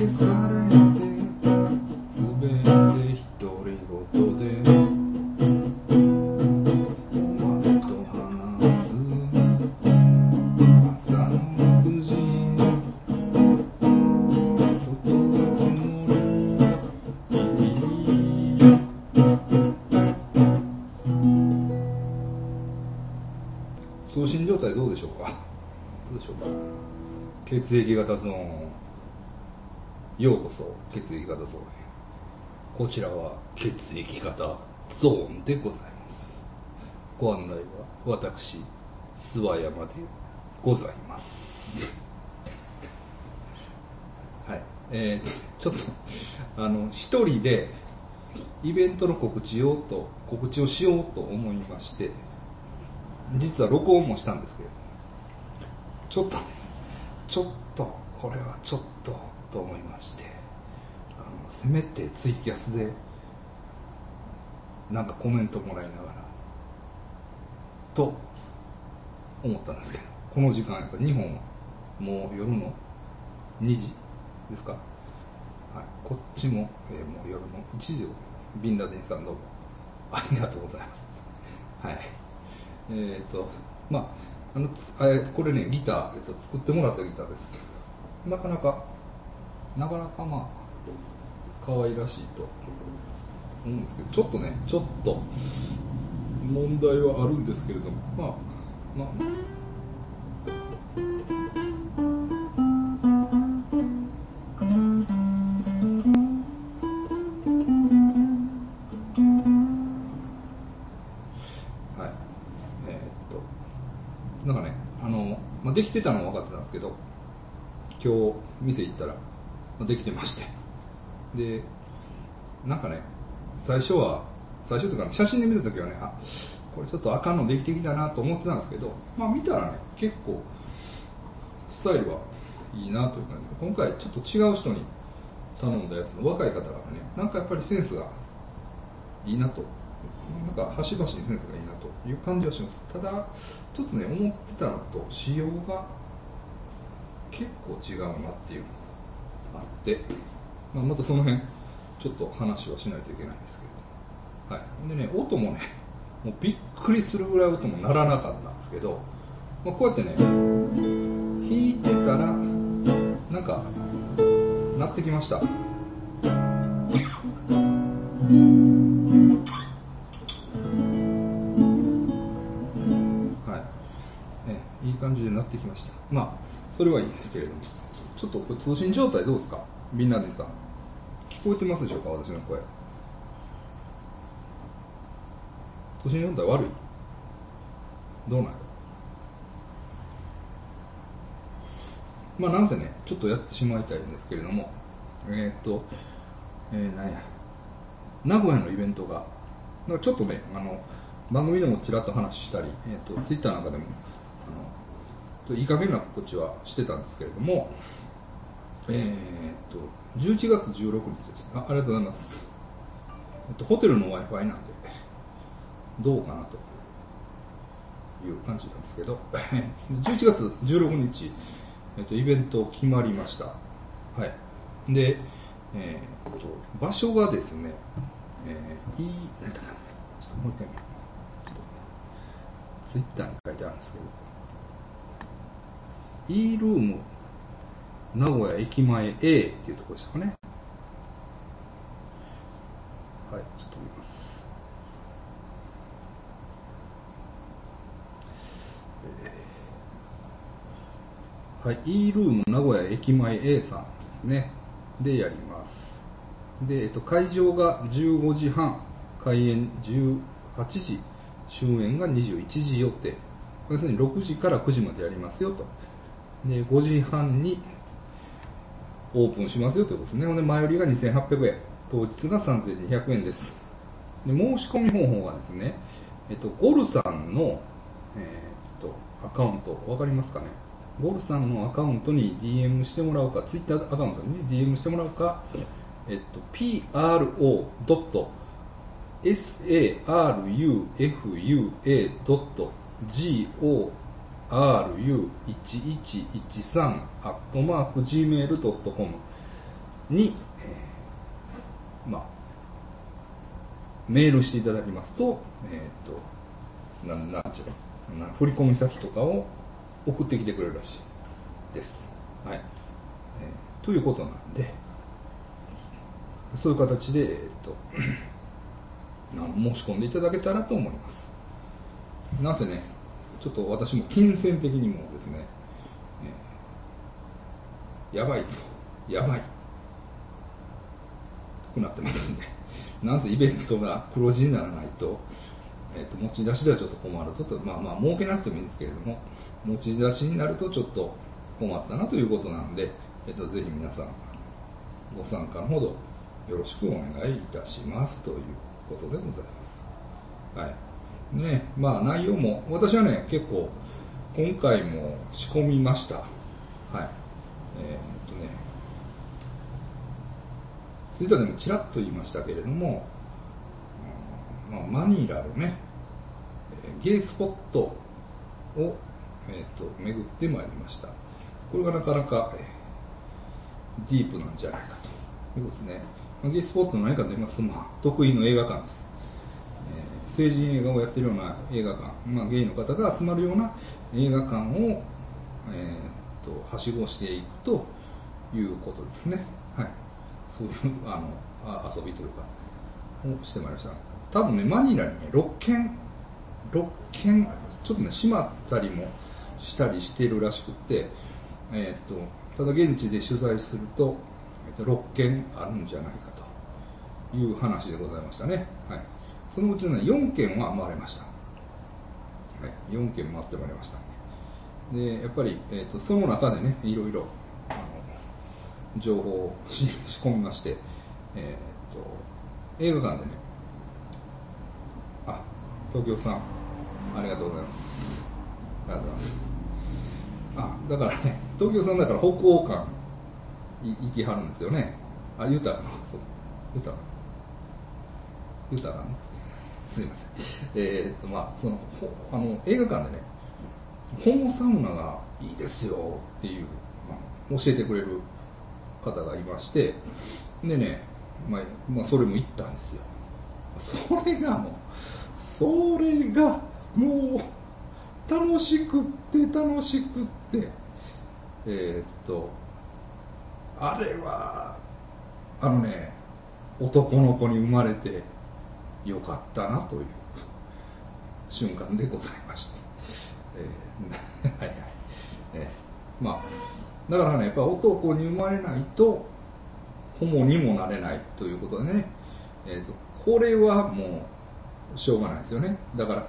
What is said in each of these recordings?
消されてすべて独り言でお前と話す朝の9時外は曇り送信状態どうでしょうか。どうでしょうか。血液型ゾーン、ようこそ血液型ゾーンへ。こちらは血液型ゾーンでございます。ご案内は私諏訪山でございます。はい、ちょっと一人でイベントの告知をしようと思いまして、実は録音もしたんですけれども、ちょっとこれはちょっとと思いまして、せめてツイキャスでなんかコメントもらいながらと思ったんですけど、この時間やっぱ日本はもう夜の2時ですか。はい、こっちも、もう夜の1時でございます。ビンラデンさんどうもありがとうございます。はい。これね、ギター、作ってもらったギターです。なかなかまあ可愛らしいと思うんですけど、ちょっと問題はあるんですけれども、はい、なんかね、できてたのは分かってたんですけど、今日店行ったらできてまして、でなんかね、最初というか、写真で見た時はね、これちょっとあかんのできてきたなと思ってたんですけど、見たらね、結構スタイルはいいなという感じです。今回ちょっと違う人に頼んだやつの若い方がね、なんかやっぱりセンスがいいなと、なんか端々にセンスがいいなという感じはします。ただちょっとね、思ってたのと仕様が結構違うなっていうのがあって、またその辺ちょっと話はしないといけないんですけど、はい、でね、音もね、もうびっくりするぐらい音も鳴らなかったんですけど、こうやってね、弾いてたらなんか鳴ってきました。はい、いい感じで鳴ってきました。それはいいですけれども、ちょっとこれ通信状態どうですか。ビンラデンさん、聞こえてますでしょうか。私の声、通信状態悪い、どうなる。なんせね、ちょっとやってしまいたいんですけれども、なんや、名古屋のイベントが、ちょっとね、番組でもちらっと話したり、ツイッターなんかでもいい加減な告知はしてたんですけれども、11月16日です。ありがとうございます。ホテルの Wi-Fi なんでどうかなという感じなんですけど、11月16日、イベント決まりました。はい。で、場所がですね、なんだかな、ちょっともう一回見る。ツイッターに書いてあるんですけど、E ルーム名古屋駅前 A っていうところでしたかね。はい、ちょっと見ます。はい、E ルーム名古屋駅前 A さんですね。でやります。で、会場が15時半、開演18時、終演が21時予定。要するに6時から9時までやりますよと。で、5時半にオープンしますよということですね。ほんで、前売りが2800円、当日が3200円です。で、申し込み方法はですね、ゴルさんの、アカウント、わかりますかね。ゴルさんのアカウントに DM してもらうか、ツイッターアカウントに DM してもらうか、pro.sarufa.goru1113@gmail.com に、メールしていただきますと、なんちゅうの、振込先とかを送ってきてくれるらしいです。はい。ということなんで、そういう形で、申し込んでいただけたらと思います。なんせね、ちょっと私も金銭的にもですね、やばいくなってますんで、なんせイベントが黒字にならないと、持ち出しではちょっと困るぞと、儲けなくてもいいんですけれども、持ち出しになるとちょっと困ったなということなので、ぜひ皆さんご参加のほどよろしくお願いいたしますということでございます。はい。ね、内容も、私はね、結構、今回も仕込みました。はい。ツイッターでもちらっと言いましたけれども、マニラのね、ゲイスポットを、巡ってまいりました。これがなかなか、ディープなんじゃないかということですね。ゲイスポットの何かと言いますと、得意の映画館です。成人映画をやってるような映画館、ゲイの方が集まるような映画館を、はしごしていくということですね。はい。そういう遊びというかをしてまいりました。多分ね、マニラにね6軒あります。ちょっとね閉まったりもしたりしているらしくて、ただ現地で取材すると、6軒あるんじゃないかという話でございましたね。はい。そのうちの、ね、4軒は回れました。はい。4軒回ってまいりました。でやっぱり、その中でねいろいろ情報を仕込みまして、映画館でね、東京さん、ありがとうございます。ありがとうございます。だからね、東京さんだから北欧館行きはるんですよね。言うたらな、そう。言うたらね。すいません。その、映画館でね、ホモサウナがいいですよっていう、教えてくれる方がいまして、でね、それも行ったんですよ。それがもう楽しくってあれは男の子に生まれてよかったなという瞬間でございました。はいはい。だからね、やっぱ男に生まれないとホモにもなれないということでね、これはもうしょうがないですよね。だから、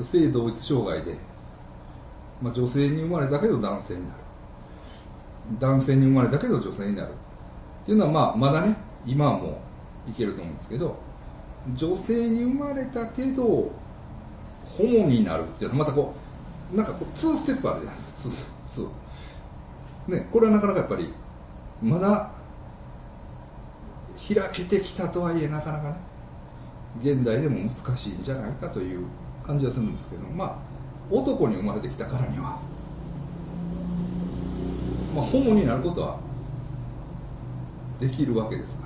性同一障害で、女性に生まれたけど男性になる、男性に生まれたけど女性になるっていうのはまだね今はもういけると思うんですけど、女性に生まれたけどホモになるっていうのはまた2ステップあるじゃないですか。ね、これはなかなかやっぱりまだ開けてきたとはいえなかなかね現代でも難しいんじゃないかという感じはするんですけど、男に生まれてきたからには、ホモになることはできるわけですから、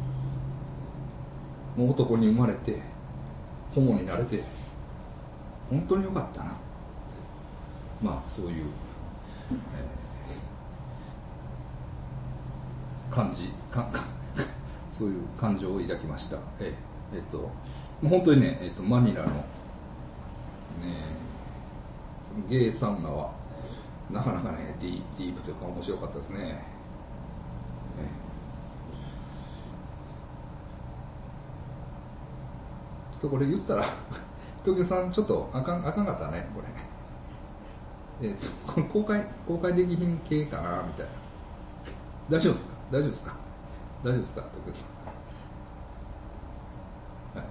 もう男に生まれてホモになれて本当によかったな、そういう、そういう感情を抱きました。本当にね、マニラの、ゲイサウナはなかなかねディープというか面白かったですね。これ言ったら東京さんちょっとあかんかったねこれ。これ公開できひん系かなみたいな。大丈夫ですか東京さん。はい。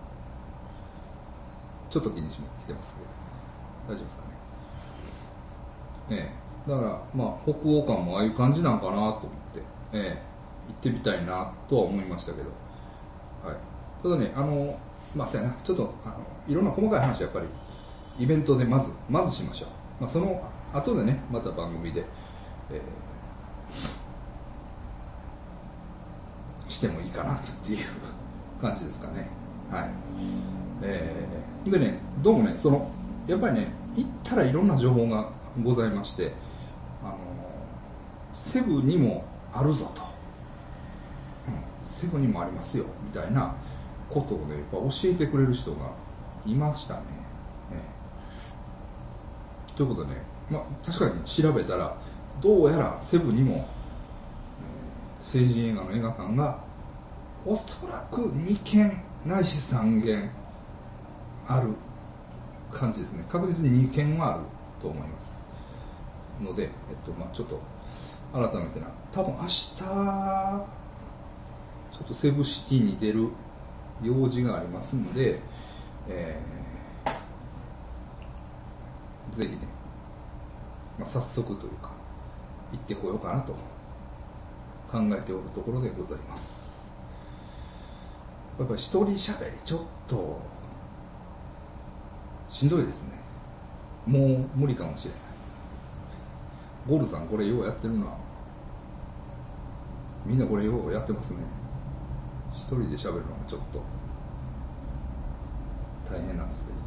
ちょっと気にしてますけど大丈夫ですかね。だから北欧館もああいう感じなんかなと思って、行ってみたいなとは思いましたけど、はい。ただねそうやな、ちょっといろんな細かい話はやっぱりイベントでまずしましょう。その後でねまた番組で、 してもいいかなっていう感じですかね。はい。でね、どうもね、やっぱりね、行ったらいろんな情報がございまして、セブにもあるぞと、セブにもありますよみたいなことをね、やっぱ教えてくれる人がいましたね。ということでね、確かに調べたら、どうやらセブにも、成人映画の映画館がおそらく2軒ないし3軒ある感じですね。確実に2軒はあると思いますので、ちょっと改めて多分明日ちょっとセブシティに出る用事がありますので、ぜひね、早速というか行ってこようかなと考えておるところでございます。やっぱり一人喋りちょっとしんどいですね。もう無理かもしれない。ゴルさんこれようやってるな。みんなこれようやってますね。一人で喋るのがちょっと大変なんですけ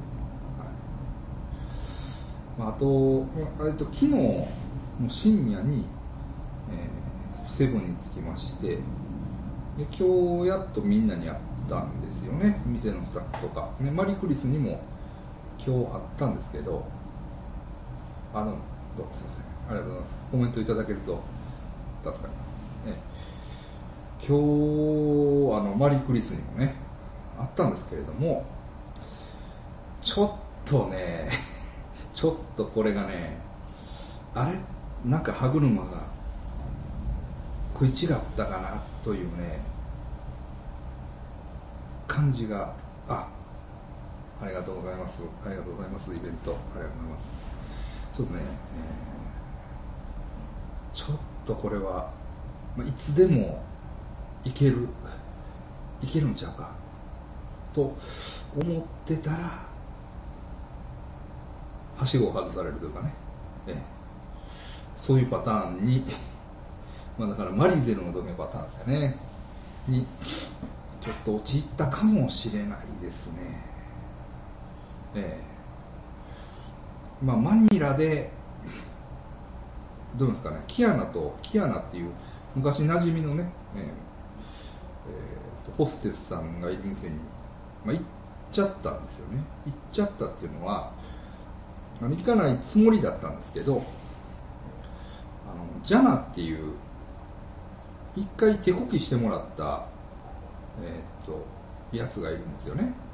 ど、あと昨日の深夜に、セブンに着きまして、で今日やっとみんなに会ったんですよね。店のスタッフとか、ね、マリクリスにも今日会ったんですけど、どうもすいません、ありがとうございます。コメントいただけると助かります、今日マリクリスにもね会ったんですけれども、ちょっとねちょっとこれがね、なんか歯車が食い違ったかなというね感じが、ありがとうございます、ありがとうございます。イベントありがとうございます。ちょっとね、ちょっとこれはいつでもいけるんちゃうかと思ってたら、はしごを外されるというかね、そういうパターンにだからマリゼルの時のパターンですよねにちょっと陥ったかもしれないですね。マニラでどうですかね、キアナっていう昔馴染みのね、ホステスさんがいる店に、行っちゃったんですよね。行っちゃったっていうのは行かないつもりだったんですけど、ジャナっていう一回手こきしてもらったやつがいるんですよね。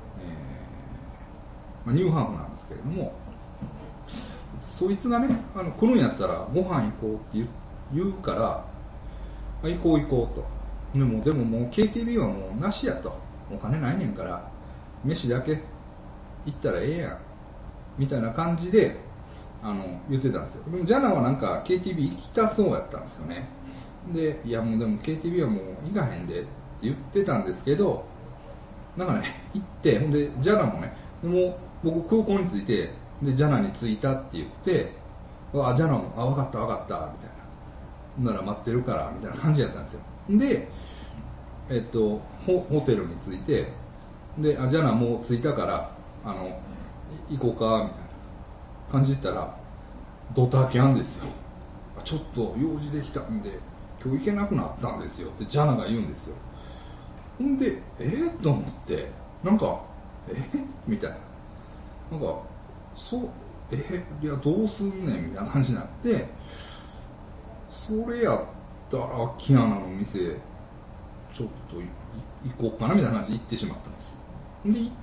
ニューハーフなんですけれども、そいつがね、来るんやったらご飯行こうって言うから、行こうと。でももう KTV はもうなしやと、お金ないねんから飯だけ行ったらええやんみたいな感じで言ってたんですよ。でもジャナはなんか KTV 行きたそうやったんですよね。で、いやもうでも KTV はもう行かへんでって言ってたんですけど、なんかね、行って、ほんでジャナもね、もう僕空港に着いて、でジャナに着いたって言って、ジャナも分かったみたいな、なら待ってるからみたいな感じやったんですよ。でホテルに着いて、でジャナもう着いたから行こうかみたいな感じで言ったらドタキャンですよ。ちょっと用事できたんで今日行けなくなったんですよってジャナが言うんですよ。ほんでと思って、なんかみたいな、なんかそういやどうすんねんみたいな感じになって、それやったらキアナの店ちょっと行こうかなみたいな話で行ってしまったんです。で行って、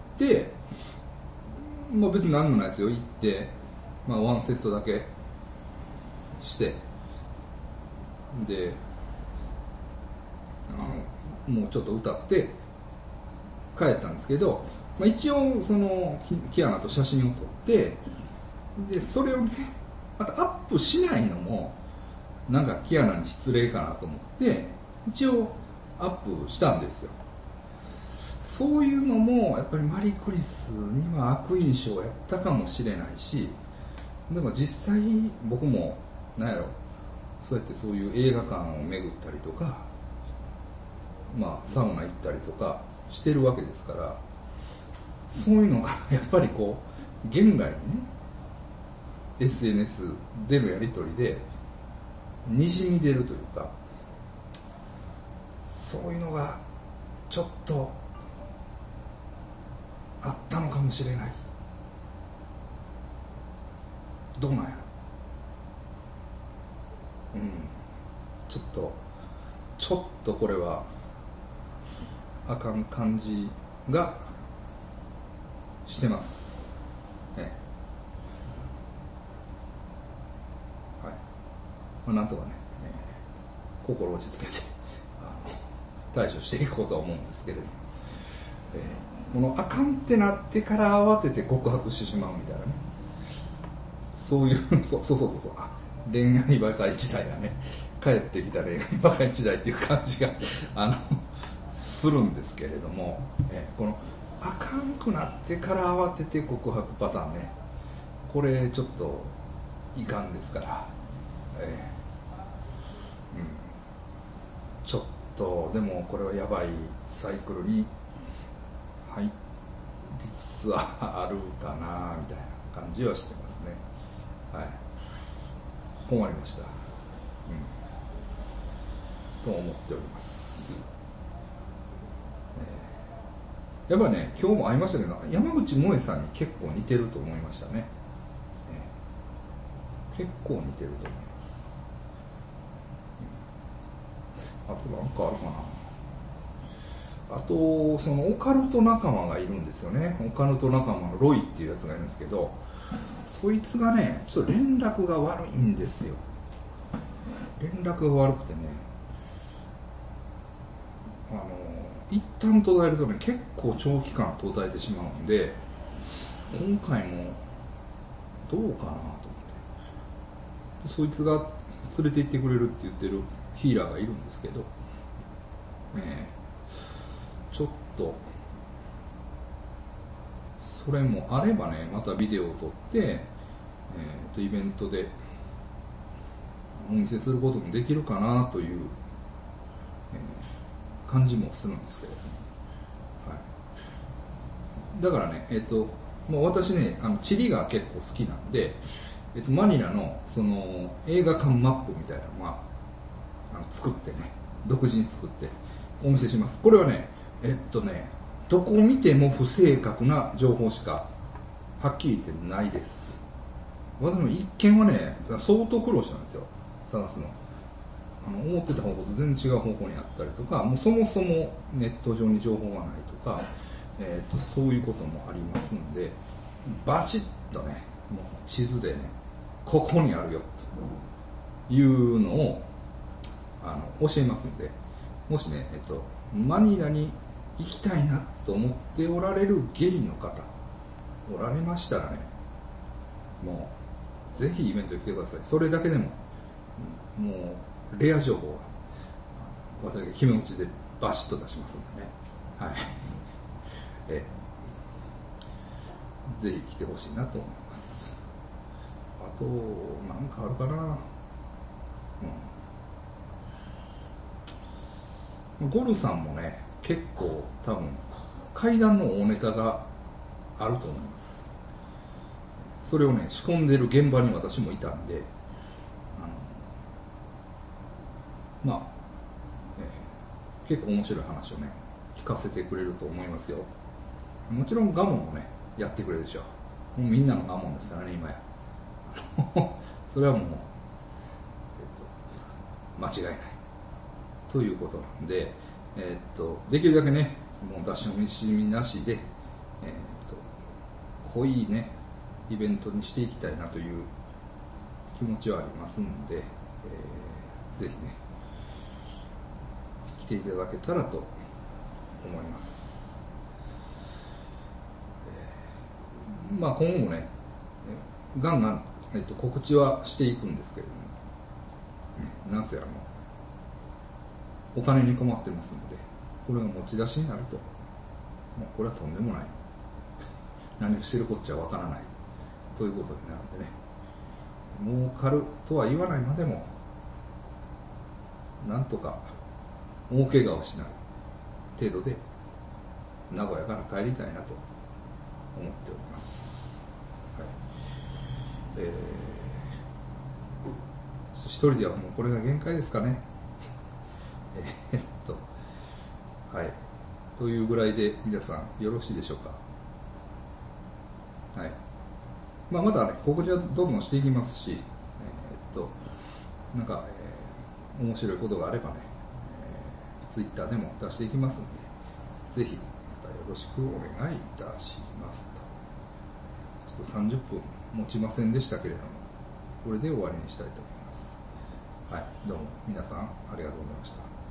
別に何もないですよ。行ってワンセットだけしてでもうちょっと歌って帰ったんですけど、一応そのキアナと写真を撮って、でそれをねまたアップしないのもなんかキアナに失礼かなと思って一応アップしたんですよ。そういうのもやっぱりマリクリスには悪印象やったかもしれないし、でも実際僕もなんやろ、そうやってそういう映画館を巡ったりとかサウナ行ったりとかしてるわけですから、そういうのがやっぱりこう現代にね SNS でのやり取りでにじみ出るというか、そういうのがちょっとあったのかもしれない。どうなんやろ。ちょっとこれはあかん感じがしてますね。はい。なんとかね、心を落ち着けて対処していこうとは思うんですけれども、このあかんってなってから慌てて告白してしまうみたいなね、そういうそう恋愛バカ一代がね、帰ってきた恋愛バカ一代っていう感じがするんですけれども、このあかんくなってから慌てて告白パターンね、これちょっといかんですから、ちょっとでもこれはやばいサイクルに入りつつあるかなみたいな感じはしてますね。はい、困りました、と思っております。やっぱね、今日も会いましたけど、山口萌さんに結構似てると思いましたね。結構似てると思います。あとなんかあるかな。あとそのオカルト仲間がいるんですよね。オカルト仲間のロイっていうやつがいるんですけど、そいつがねちょっと連絡が悪いんですよ。連絡が悪くてね、一旦途絶えるとね結構長期間途絶えてしまうんで、今回もどうかなと思って、そいつが連れて行ってくれるって言ってるヒーラーがいるんですけど、ちょっとそれもあればね、またビデオを撮って、イベントでお見せすることもできるかなという、感じもするんですけれども、はい、だからね、もう私ね、地理が結構好きなんで、マニラのその映画館マップみたいなのは作ってね、独自に作ってお見せします。これはね、どこを見ても不正確な情報しかはっきり言ってないです。私も一見はね、相当苦労したんですよ、探すの。思ってた方向と全然違う方向にあったりとか、もうそもそもネット上に情報がないとか、そういうこともありますので、バシッとね、もう地図でね、ここにあるよというのを教えますので、もしね、マニラに行きたいなと思っておられるゲイの方おられましたらね、もうぜひイベントに来てください。それだけでももうレア情報は私が決め打ちでバシッと出しますのでね、はい、ぜひ来てほしいなと思います。あとなんかあるかな、ゴルさんもね結構多分怪談の大ネタがあると思います。それをね仕込んでる現場に私もいたんで、結構面白い話をね聞かせてくれると思いますよ。もちろんガモンもねやってくれるでしょう。もうみんなのガモンですからね今やそれはもう、間違いないということなんで、できるだけねもう出し惜しみなしで、濃いねイベントにしていきたいなという気持ちはありますので、ぜひね来ていただけたらと思います。今後もねガンガン、告知はしていくんですけれども、なんせお金に困ってますので、これが持ち出しになるともうこれはとんでもない何をしてるこっちゃわからないということになるんでね、儲かるとは言わないまでもなんとか大怪我をしない程度で和やかな帰りたいなと思っております。はい。一人ではもうこれが限界ですかね。はい。というぐらいで皆さんよろしいでしょうか。はい。またね、告知はどんどんしていきますし、なんか、面白いことがあればね、Twitter でも出していきますので、ぜひまたよろしくお願いいたしますと。ちょっと30分持ちませんでしたけれども、これで終わりにしたいと思います。はい、どうも皆さんありがとうございました。